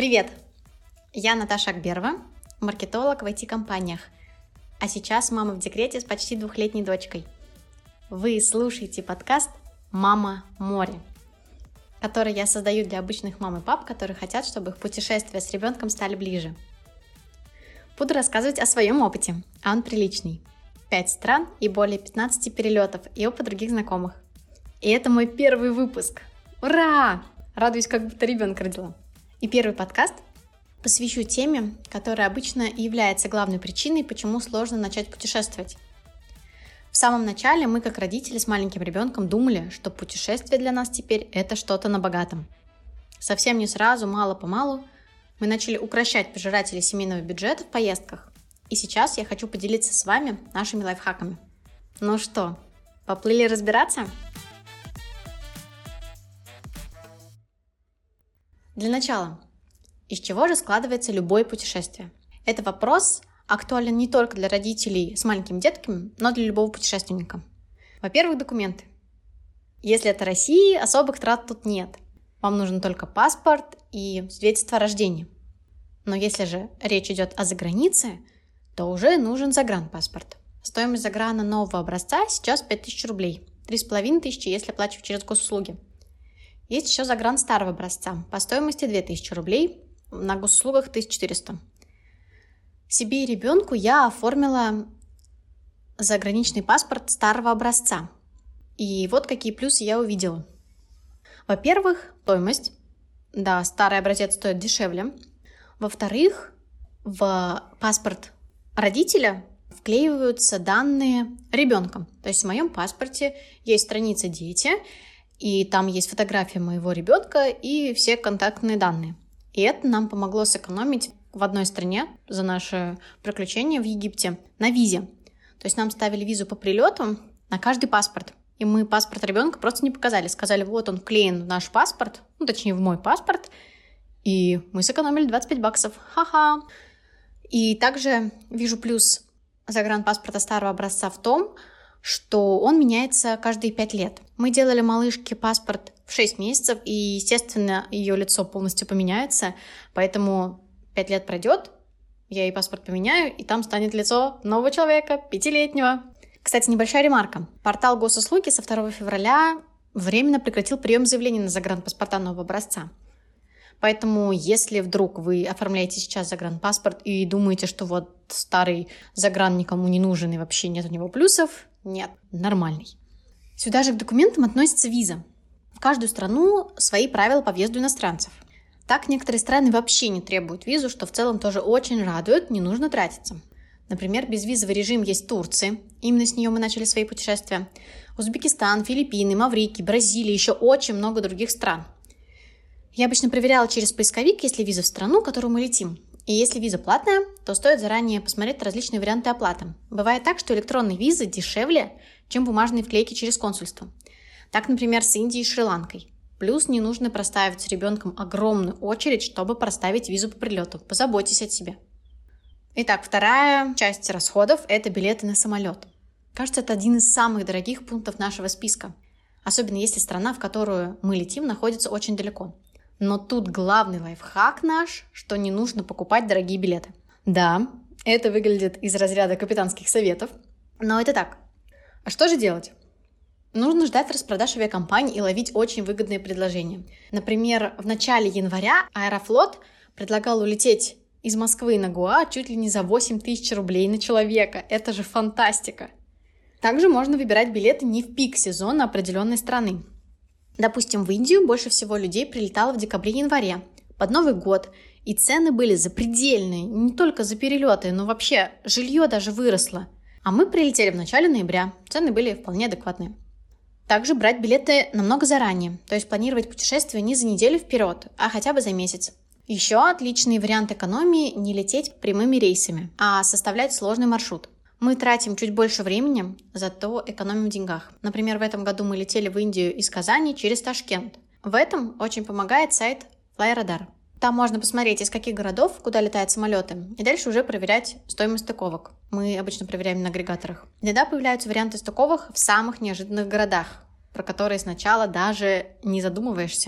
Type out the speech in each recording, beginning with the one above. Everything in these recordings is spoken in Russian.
Привет! Я Наташа Акберова, маркетолог в IT-компаниях, а сейчас мама в декрете с почти 2-летней дочкой. Вы слушаете подкаст «Мама море», который я создаю для обычных мам и пап, которые хотят, чтобы их путешествия с ребенком стали ближе. Буду рассказывать о своем опыте, а он приличный. 5 стран и более 15 перелетов и опыт других знакомых. И это мой первый выпуск. Ура! Радуюсь, как будто ребенка родила. И первый подкаст посвящу теме, которая обычно является главной причиной, почему сложно начать путешествовать. В самом начале мы, как родители с маленьким ребенком, думали, что путешествие для нас теперь это что-то на богатом. Совсем не сразу, мало-помалу, мы начали укрощать пожиратели семейного бюджета в поездках. И сейчас я хочу поделиться с вами нашими лайфхаками. Ну что, поплыли разбираться? Для начала, из чего же складывается любое путешествие? Это вопрос актуален не только для родителей с маленькими детками, но для любого путешественника. Во-первых, документы. Если это Россия, особых трат тут нет. Вам нужен только паспорт и свидетельство о рождении. Но если же речь идет о загранице, то уже нужен загранпаспорт. Стоимость заграна нового образца сейчас 5000 рублей, 3500, если оплачивать через госуслуги. Есть еще загран старого образца по стоимости 2000 рублей, на госуслугах 1400. Себе и ребенку я оформила заграничный паспорт старого образца. И вот какие плюсы я увидела. Во-первых, стоимость. Да, старый образец стоит дешевле. Во-вторых, в паспорт родителя вклеиваются данные ребенка. То есть в моем паспорте есть страница «Дети», и там есть фотография моего ребенка и все контактные данные. И это нам помогло сэкономить в одной стране за наше приключение в Египте на визе. То есть нам ставили визу по прилету на каждый паспорт. И мы паспорт ребенка просто не показали. Сказали, вот он вклеен в наш паспорт, точнее в мой паспорт. И мы сэкономили 25 баксов. Ха-ха! И также вижу плюс загранпаспорта старого образца в том, что он меняется каждые 5 лет. Мы делали малышке паспорт в 6 месяцев, и, естественно, ее лицо полностью поменяется, поэтому 5 лет пройдет, я ей паспорт поменяю, и там станет лицо нового человека, 5-летнего. Кстати, небольшая ремарка. Портал госуслуги со 2 февраля временно прекратил прием заявлений на загранпаспорта нового образца. Поэтому, если вдруг вы оформляете сейчас загранпаспорт и думаете, что вот старый загран никому не нужен и вообще нет у него плюсов, нет, нормальный. Сюда же к документам относится виза. В каждую страну свои правила по въезду иностранцев. Так некоторые страны вообще не требуют визу, что в целом тоже очень радует, не нужно тратиться. Например, безвизовый режим есть в Турции, именно с нее мы начали свои путешествия. Узбекистан, Филиппины, Маврикий, Бразилия, еще очень много других стран. Я обычно проверяла через поисковик, есть ли виза в страну, в которую мы летим. И если виза платная, то стоит заранее посмотреть различные варианты оплаты. Бывает так, что электронные визы дешевле, чем бумажные вклейки через консульство. Так, например, с Индией и Шри-Ланкой. Плюс не нужно простаивать с ребенком огромную очередь, чтобы проставить визу по прилету. Позаботьтесь о себе. Итак, вторая часть расходов – это билеты на самолет. Кажется, это один из самых дорогих пунктов нашего списка. Особенно если страна, в которую мы летим, находится очень далеко. Но тут главный лайфхак наш, что не нужно покупать дорогие билеты. Да, это выглядит из разряда капитанских советов, но это так. А что же делать? Нужно ждать распродаж авиакомпаний и ловить очень выгодные предложения. Например, в начале января Аэрофлот предлагал улететь из Москвы на Гоа чуть ли не за 8000 рублей на человека. Это же фантастика! Также можно выбирать билеты не в пик сезона определенной страны. Допустим, в Индию больше всего людей прилетало в декабре-январе, под Новый год, и цены были запредельные, не только за перелеты, но вообще жилье даже выросло. А мы прилетели в начале ноября, цены были вполне адекватные. Также брать билеты намного заранее, то есть планировать путешествие не за неделю вперед, а хотя бы за месяц. Еще отличный вариант экономии – не лететь прямыми рейсами, а составлять сложный маршрут. Мы тратим чуть больше времени, зато экономим в деньгах. Например, в этом году мы летели в Индию из Казани через Ташкент. В этом очень помогает сайт FlyRadar. Там можно посмотреть, из каких городов, куда летают самолеты, и дальше уже проверять стоимость стыковок. Мы обычно проверяем на агрегаторах. Иногда появляются варианты стыковок в самых неожиданных городах, про которые сначала даже не задумываешься.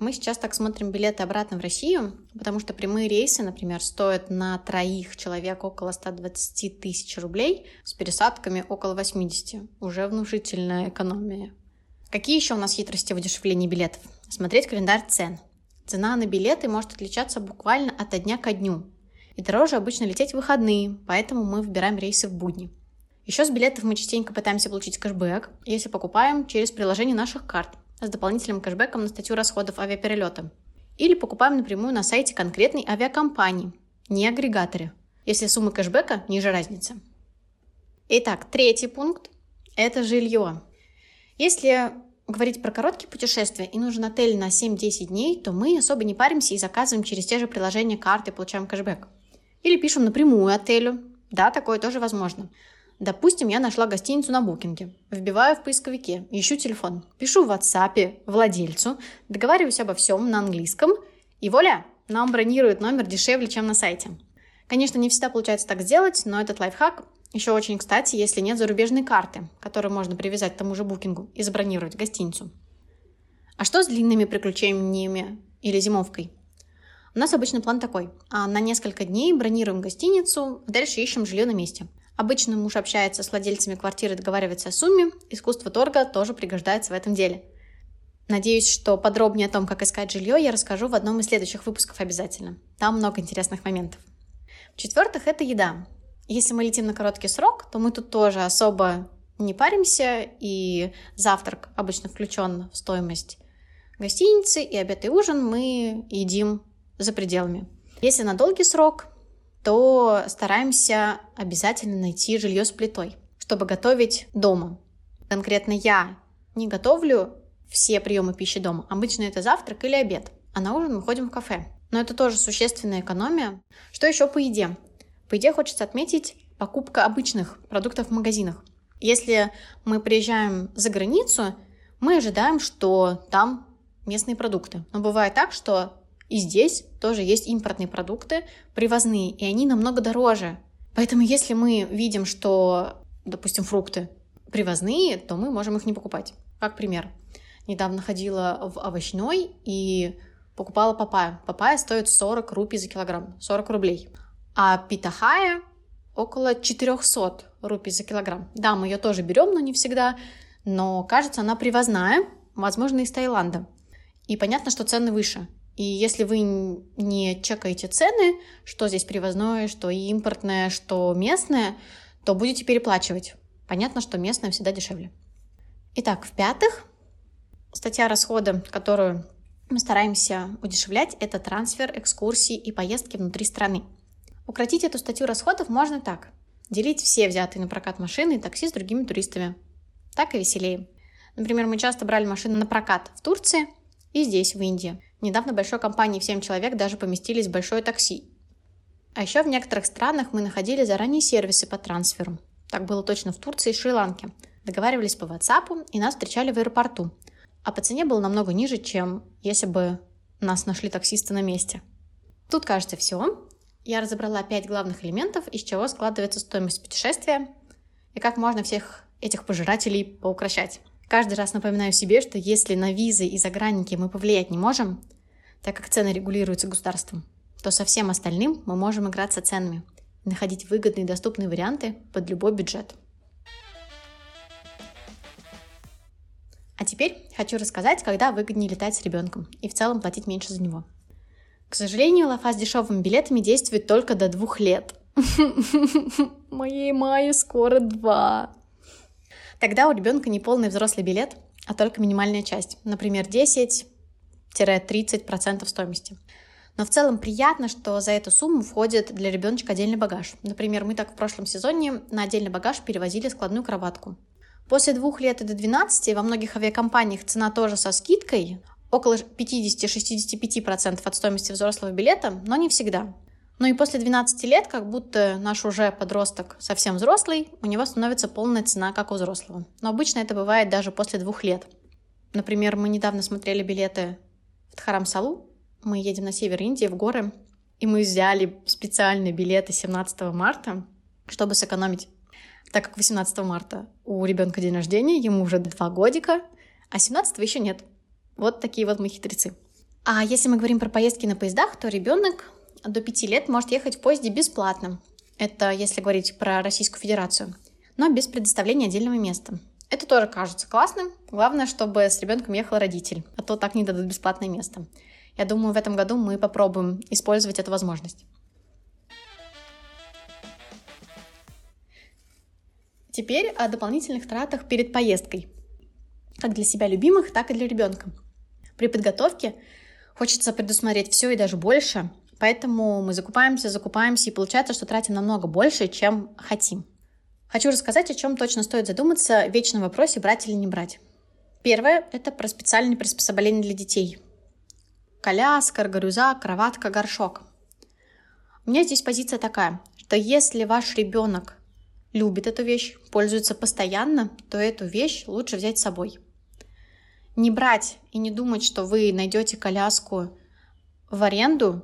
Мы сейчас так смотрим билеты обратно в Россию, потому что прямые рейсы, например, стоят на 3 человек около 120 тысяч рублей, с пересадками около 80. Уже внушительная экономия. Какие еще у нас хитрости в удешевлении билетов? Смотреть календарь цен. Цена на билеты может отличаться буквально от дня ко дню. И дороже обычно лететь в выходные, поэтому мы выбираем рейсы в будни. Еще с билетов мы частенько пытаемся получить кэшбэк, если покупаем через приложение наших карт с дополнительным кэшбэком на статью расходов авиаперелета. Или покупаем напрямую на сайте конкретной авиакомпании, не агрегаторе, если сумма кэшбэка ниже разницы. Итак, 3 пункт – это жилье. Если говорить про короткие путешествия и нужен отель на 7-10 дней, то мы особо не паримся и заказываем через те же приложения карты и получаем кэшбэк. Или пишем напрямую отелю. Да, такое тоже возможно. Допустим, я нашла гостиницу на букинге. Вбиваю в поисковике, ищу телефон. Пишу в WhatsApp владельцу, договариваюсь обо всем на английском. И вуаля, нам бронируют номер дешевле, чем на сайте. Конечно, не всегда получается так сделать, но этот лайфхак еще очень кстати, если нет зарубежной карты, которую можно привязать к тому же букингу и забронировать гостиницу. А что с длинными приключениями или зимовкой? У нас обычный план такой. На несколько дней бронируем гостиницу, дальше ищем жилье на месте. Обычно муж общается с владельцами квартиры, договаривается о сумме. Искусство торга тоже пригождается в этом деле. Надеюсь, что подробнее о том, как искать жилье, я расскажу в одном из следующих выпусков обязательно. Там много интересных моментов. В-четвертых, это еда. Если мы летим на короткий срок, то мы тут тоже особо не паримся, и завтрак обычно включен в стоимость гостиницы, и обед и ужин мы едим за пределами. Если на долгий срок, то стараемся обязательно найти жилье с плитой, чтобы готовить дома. Конкретно я не готовлю все приемы пищи дома. Обычно это завтрак или обед, а на ужин мы ходим в кафе. Но это тоже существенная экономия. Что еще по еде? По еде хочется отметить покупка обычных продуктов в магазинах. Если мы приезжаем за границу, мы ожидаем, что там местные продукты. Но бывает так, что и здесь тоже есть импортные продукты, привозные, и они намного дороже. Поэтому если мы видим, что, допустим, фрукты привозные, то мы можем их не покупать. Как пример. Недавно ходила в овощной и покупала папайю. Папайя стоит 40 рупий за килограмм, 40 рублей. А питахая около 400 рупий за килограмм. Да, мы ее тоже берем, но не всегда. Но, кажется, она привозная, возможно, из Таиланда. И понятно, что цены выше. И если вы не чекаете цены, что здесь привозное, что импортное, что местное, то будете переплачивать. Понятно, что местное всегда дешевле. Итак, в-пятых, статья расхода, которую мы стараемся удешевлять, это трансфер, экскурсии и поездки внутри страны. Укротить эту статью расходов можно так. Делить все взятые на прокат машины и такси с другими туристами. Так и веселее. Например, мы часто брали машины на прокат в Турции и здесь, в Индии. Недавно большой компании в 7 человек даже поместились в большое такси. А еще в некоторых странах мы находили заранее сервисы по трансферу. Так было точно в Турции и Шри-Ланке. Договаривались по WhatsApp и нас встречали в аэропорту. А по цене было намного ниже, чем если бы нас нашли таксисты на месте. Тут, кажется, все. Я разобрала 5 главных элементов, из чего складывается стоимость путешествия и как можно всех этих пожирателей поукращать. Каждый раз напоминаю себе, что если на визы и загранники мы повлиять не можем, так как цены регулируются государством, то со всем остальным мы можем играться ценами и находить выгодные и доступные варианты под любой бюджет. А теперь хочу рассказать, когда выгоднее летать с ребенком и в целом платить меньше за него. К сожалению, лафа с дешевыми билетами действует только до 2 лет. Моей Майе скоро 2. Тогда у ребенка не полный взрослый билет, а только минимальная часть, например, 10-30% стоимости. Но в целом приятно, что за эту сумму входит для ребеночка отдельный багаж. Например, мы так в прошлом сезоне на отдельный багаж перевозили складную кроватку. После 2 лет и до 12 во многих авиакомпаниях цена тоже со скидкой, около 50-65% от стоимости взрослого билета, но не всегда. Ну и после 12 лет, как будто наш уже подросток совсем взрослый, у него становится полная цена, как у взрослого. Но обычно это бывает даже после 2 лет. Например, мы недавно смотрели билеты в Дхарамсалу. Мы едем на север Индии, в горы, и мы взяли специальные билеты 17 марта, чтобы сэкономить. Так как 18 марта у ребенка день рождения, ему уже 2 годика, а 17 еще нет. Вот такие вот мы хитрецы. А если мы говорим про поездки на поездах, то ребенок до 5 лет может ехать в поезде бесплатно. Это если говорить про Российскую Федерацию, но без предоставления отдельного места. Это тоже кажется классным. Главное, чтобы с ребенком ехал родитель, а то так не дадут бесплатное место. Я думаю, в этом году мы попробуем использовать эту возможность. Теперь о дополнительных тратах перед поездкой. Как для себя любимых, так и для ребенка. При подготовке хочется предусмотреть все и даже больше, поэтому мы закупаемся, и получается, что тратим намного больше, чем хотим. Хочу рассказать, о чем точно стоит задуматься в вечном вопросе, брать или не брать. Первое – это про специальные приспособления для детей. Коляска, рюкзак, кроватка, горшок. У меня здесь позиция такая, что если ваш ребенок любит эту вещь, пользуется постоянно, то эту вещь лучше взять с собой. Не брать и не думать, что вы найдете коляску в аренду,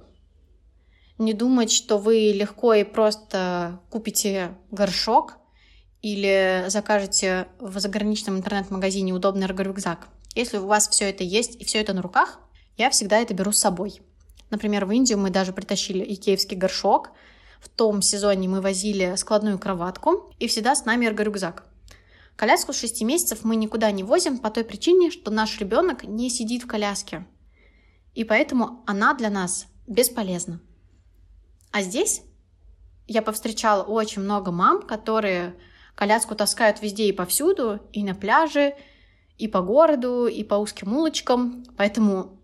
не думать, что вы легко и просто купите горшок или закажете в заграничном интернет-магазине удобный рюкзак. Если у вас все это есть и все это на руках, я всегда это беру с собой. Например, в Индию мы даже притащили икеевский горшок. В том сезоне мы возили складную кроватку и всегда с нами рюкзак. Коляску с 6 месяцев мы никуда не возим по той причине, что наш ребенок не сидит в коляске. И поэтому она для нас бесполезна. А здесь я повстречала очень много мам, которые коляску таскают везде и повсюду, и на пляже, и по городу, и по узким улочкам, поэтому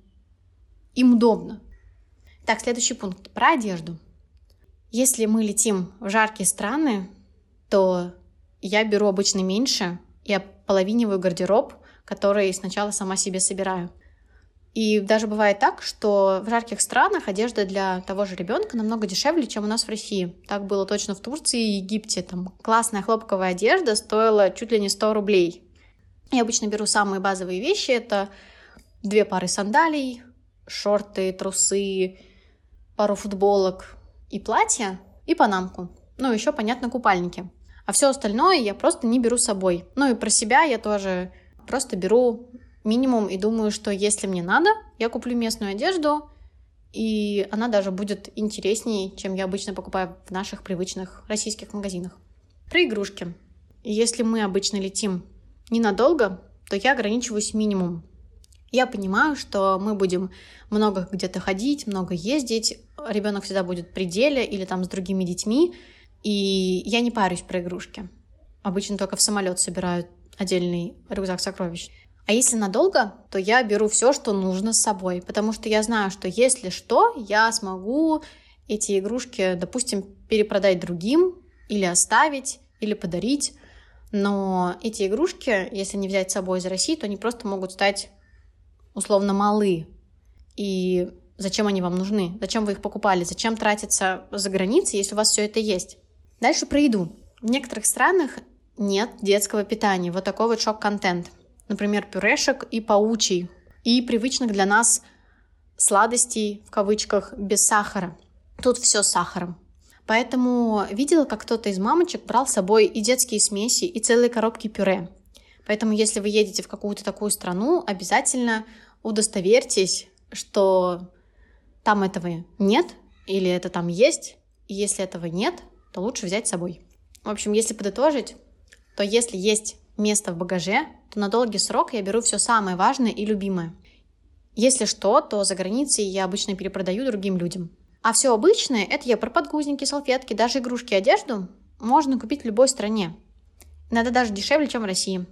им удобно. Так, следующий пункт про одежду. Если мы летим в жаркие страны, то я беру обычно меньше и ополовиниваю гардероб, который сначала сама себе собираю. И даже бывает так, что в жарких странах одежда для того же ребенка намного дешевле, чем у нас в России. Так было точно в Турции и Египте. Там классная хлопковая одежда стоила чуть ли не 100 рублей. Я обычно беру самые базовые вещи. Это 2 пары сандалий, шорты, трусы, пару футболок и платье, и панамку. Ну, еще, понятно, купальники. А все остальное я просто не беру с собой. Ну и про себя я тоже просто беру минимум и думаю, что если мне надо, я куплю местную одежду, и она даже будет интереснее, чем я обычно покупаю в наших привычных российских магазинах. Про игрушки. Если мы обычно летим ненадолго, то я ограничиваюсь минимумом. Я понимаю, что мы будем много где-то ходить, много ездить, ребенок всегда будет в пределе или там с другими детьми, и я не парюсь про игрушки. Обычно только в самолет собираю отдельный рюкзак сокровищ. А если надолго, то я беру все, что нужно с собой, потому что я знаю, что если что, я смогу эти игрушки, допустим, перепродать другим, или оставить, или подарить. Но эти игрушки, если не взять с собой из России, то они просто могут стать условно малы. И зачем они вам нужны? Зачем вы их покупали? Зачем тратиться за границей, если у вас все это есть? Дальше про еду. В некоторых странах нет детского питания. Вот такой вот шок-контент. Например, пюрешек и паучий. И привычных для нас сладостей, в кавычках, без сахара. Тут все с сахаром. Поэтому видела, как кто-то из мамочек брал с собой и детские смеси, и целые коробки пюре. Поэтому, если вы едете в какую-то такую страну, обязательно удостоверьтесь, что там этого нет, или это там есть. И если этого нет, то лучше взять с собой. В общем, если подытожить, то если есть место в багаже, то на долгий срок я беру все самое важное и любимое. Если что, то за границей я обычно перепродаю другим людям. А все обычное, это я про подгузники, салфетки, даже игрушки, одежду, можно купить в любой стране. Иногда даже дешевле, чем в России.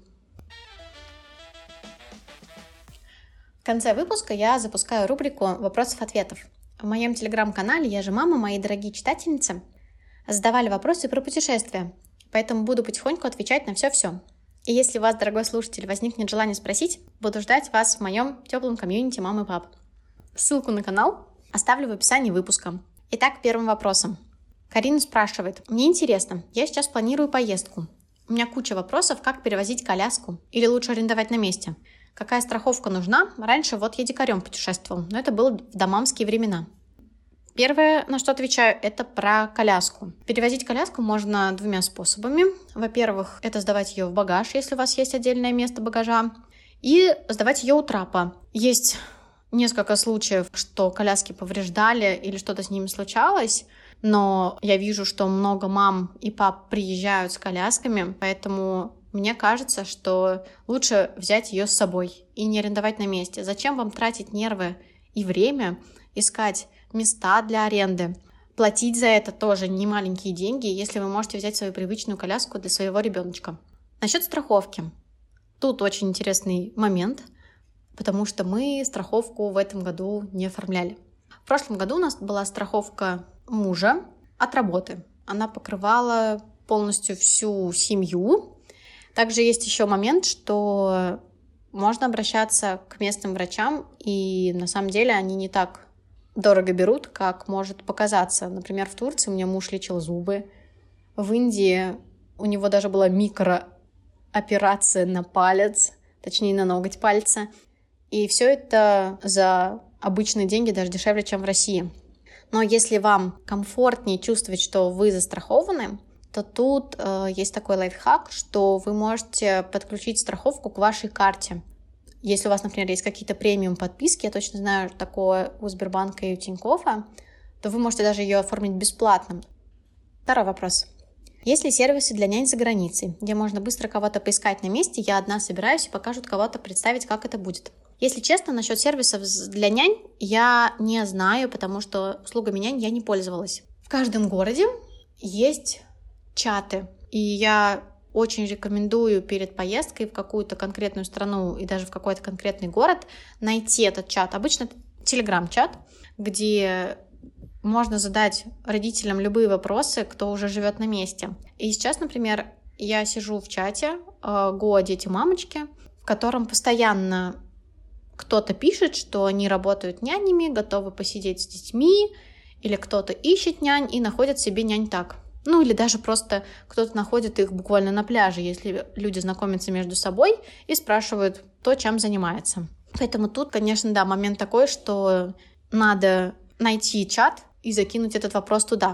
В конце выпуска я запускаю рубрику вопросов-ответов. В моем телеграм-канале «Я же мама», мои дорогие читательницы задавали вопросы про путешествия, поэтому буду потихоньку отвечать на все-все. И если у вас, дорогой слушатель, возникнет желание спросить, буду ждать вас в моем теплом комьюнити мамы и пап. Ссылку на канал оставлю в описании выпуска. Итак, первым вопросом. Карина спрашивает: мне интересно, я сейчас планирую поездку. У меня куча вопросов, как перевозить коляску или лучше арендовать на месте. Какая страховка нужна? Раньше вот я дикарем путешествовал, но это было в домамские времена. Первое, на что отвечаю, это про коляску. Перевозить коляску можно 2 способами. Во-первых, это сдавать ее в багаж, если у вас есть отдельное место багажа, и сдавать ее у трапа. Есть несколько случаев, что коляски повреждали или что-то с ними случалось, но я вижу, что много мам и пап приезжают с колясками, поэтому мне кажется, что лучше взять ее с собой и не арендовать на месте. Зачем вам тратить нервы и время, искать места для аренды? Платить за это тоже не маленькие деньги, если вы можете взять свою привычную коляску для своего ребеночка. Насчет страховки. Тут очень интересный момент, потому что мы страховку в этом году не оформляли. В прошлом году у нас была страховка мужа от работы. Она покрывала полностью всю семью. Также есть еще момент, что можно обращаться к местным врачам, и на самом деле они не так дорого берут, как может показаться. Например, в Турции у меня муж лечил зубы. В Индии у него даже была микрооперация на палец, точнее на ноготь пальца. И все это за обычные деньги, даже дешевле, чем в России. Но если вам комфортнее чувствовать, что вы застрахованы, то тут есть такой лайфхак, что вы можете подключить страховку к вашей карте. Если у вас, например, есть какие-то премиум подписки, я точно знаю такое у Сбербанка и у Тинькоффа, то вы можете даже ее оформить бесплатно. Второй вопрос. Есть ли сервисы для нянь за границей, где можно быстро кого-то поискать на месте, я одна собираюсь и покажут кого-то представить, как это будет? Если честно, насчет сервисов для нянь я не знаю, потому что услугами нянь я не пользовалась. В каждом городе есть чаты, и я очень рекомендую перед поездкой в какую-то конкретную страну и даже в какой-то конкретный город найти этот чат. Обычно это телеграм-чат, где можно задать родителям любые вопросы, кто уже живет на месте. И сейчас, например, я сижу в чате «Го, дети, мамочки», в котором постоянно кто-то пишет, что они работают нянями, готовы посидеть с детьми, или кто-то ищет нянь и находит себе нянь так. Ну или даже просто кто-то находит их буквально на пляже, если люди знакомятся между собой и спрашивают, кто чем занимается. Поэтому тут, конечно, да, момент такой, что надо найти чат и закинуть этот вопрос туда.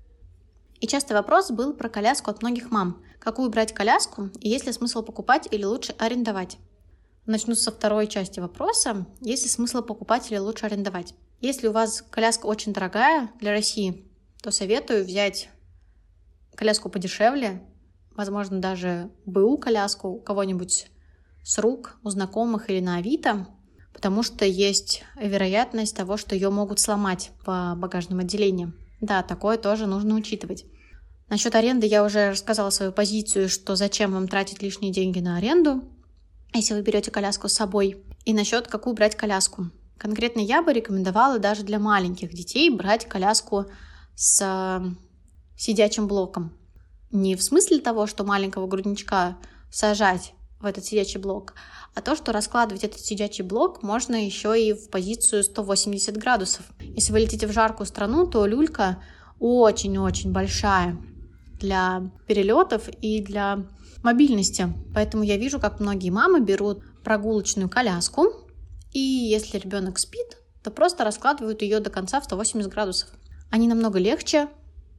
И частый вопрос был про коляску от многих мам. Какую брать коляску и есть ли смысл покупать или лучше арендовать? Начну со второй части вопроса. Есть ли смысл покупать или лучше арендовать? Если у вас коляска очень дорогая для России, то советую взять коляску подешевле, возможно, даже БУ коляску у кого-нибудь с рук, у знакомых или на Авито, потому что есть вероятность того, что ее могут сломать по багажным отделениям. Да, такое тоже нужно учитывать. Насчет аренды я уже рассказала свою позицию, что зачем вам тратить лишние деньги на аренду, если вы берете коляску с собой. И насчет какую брать коляску. Конкретно я бы рекомендовала даже для маленьких детей брать коляску с сидячим блоком. Не в смысле того, что маленького грудничка сажать в этот сидячий блок, а то, что раскладывать этот сидячий блок можно еще и в позицию 180 градусов. Если вы летите в жаркую страну, то люлька очень-очень большая для перелетов и для мобильности. Поэтому я вижу, как многие мамы берут прогулочную коляску, и если ребенок спит, то просто раскладывают ее до конца в 180 градусов. Они намного легче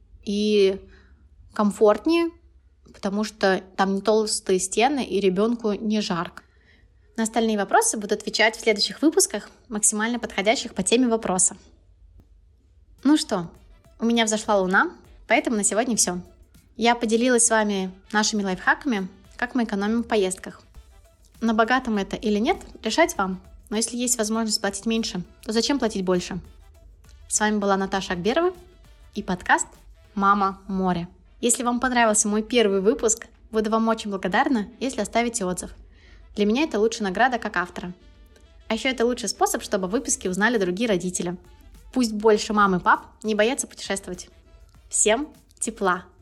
и комфортнее, потому что там не толстые стены и ребенку не жарко. На остальные вопросы буду отвечать в следующих выпусках, максимально подходящих по теме вопроса. Ну что, у меня взошла луна, поэтому на сегодня все. Я поделилась с вами нашими лайфхаками, как мы экономим в поездках. На богатом это или нет, решать вам. Но если есть возможность платить меньше, то зачем платить больше? С вами была Наташа Акберова и подкаст «Мама море». Если вам понравился мой первый выпуск, буду вам очень благодарна, если оставите отзыв. Для меня это лучшая награда как автора. А еще это лучший способ, чтобы выпуски узнали другие родители. Пусть больше мам и пап не боятся путешествовать. Всем тепла!